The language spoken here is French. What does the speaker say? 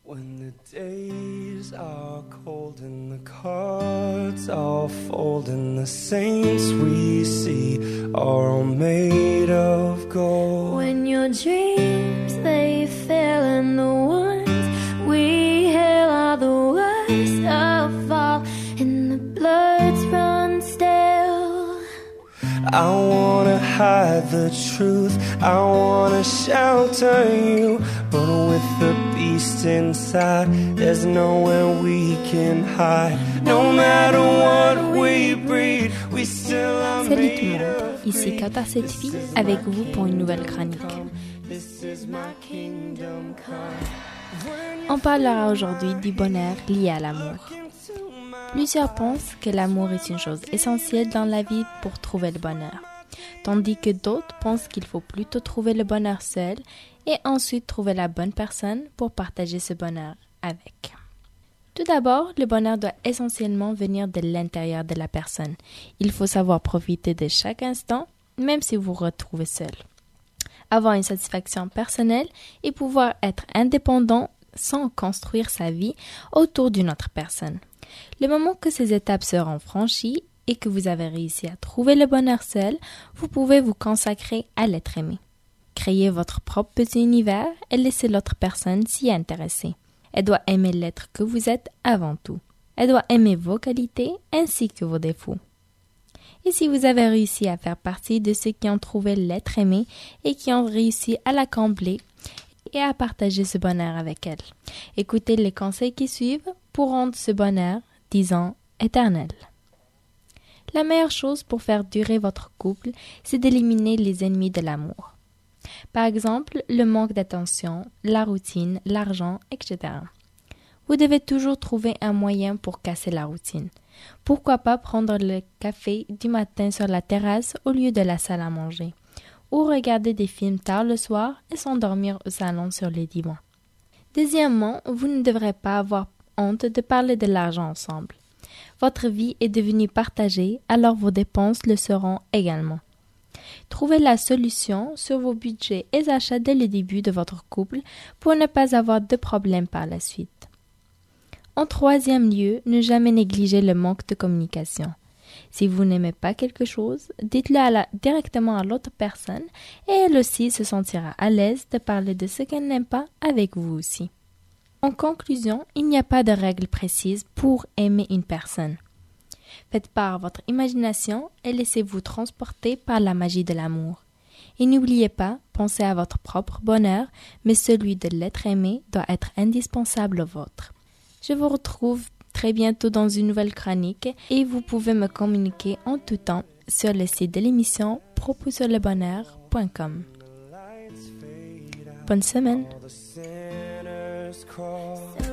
When the days are cold and the cards all fold and the saints we see are all made of gold. When your dreams they fail and the ones we hail are the worst of all and the bloods run stale. I wanna hide the truth, I wanna shelter you, but with the beast inside, there's nowhere we can hide. No matter what we breed, we still are Salut tout made le monde, of ici greed. Kata cette fille avec vous pour une nouvelle chronique. This is my kingdom come. On parlera aujourd'hui du bonheur lié à l'amour. Plusieurs pensent que l'amour est une chose essentielle dans la vie pour trouver le bonheur, tandis que d'autres pensent qu'il faut plutôt trouver le bonheur seul et ensuite trouver la bonne personne pour partager ce bonheur avec. Tout d'abord, le bonheur doit essentiellement venir de l'intérieur de la personne. Il faut savoir profiter de chaque instant, même si vous vous retrouvez seul. Avoir une satisfaction personnelle et pouvoir être indépendant sans construire sa vie autour d'une autre personne. Le moment que ces étapes seront franchies et que vous avez réussi à trouver le bonheur seul, vous pouvez vous consacrer à l'être aimé. Créez votre propre petit univers et laissez l'autre personne s'y intéresser. Elle doit aimer l'être que vous êtes avant tout. Elle doit aimer vos qualités ainsi que vos défauts. Et si vous avez réussi à faire partie de ceux qui ont trouvé l'être aimé et qui ont réussi à la combler et à partager ce bonheur avec elle, écoutez les conseils qui suivent pour rendre ce bonheur, disons, éternel. La meilleure chose pour faire durer votre couple, c'est d'éliminer les ennemis de l'amour. Par exemple, le manque d'attention, la routine, l'argent, etc. Vous devez toujours trouver un moyen pour casser la routine. Pourquoi pas prendre le café du matin sur la terrasse au lieu de la salle à manger, ou regarder des films tard le soir et s'endormir au salon sur le divan. Deuxièmement, vous ne devrez pas avoir honte de parler de l'argent ensemble. Votre vie est devenue partagée, alors vos dépenses le seront également. Trouvez la solution sur vos budgets et achats dès le début de votre couple pour ne pas avoir de problèmes par la suite. En troisième lieu, ne jamais négliger le manque de communication. Si vous n'aimez pas quelque chose, dites-le directement à l'autre personne et elle aussi se sentira à l'aise de parler de ce qu'elle n'aime pas avec vous aussi. En conclusion, il n'y a pas de règle précise pour aimer une personne. Faites part à votre imagination et laissez-vous transporter par la magie de l'amour. Et n'oubliez pas, pensez à votre propre bonheur, mais celui de l'être aimé doit être indispensable au vôtre. Je vous retrouve très bientôt dans une nouvelle chronique et vous pouvez me communiquer en tout temps sur le site de l'émission proposurlebonheur.com. Bonne semaine. All the sinners crawl.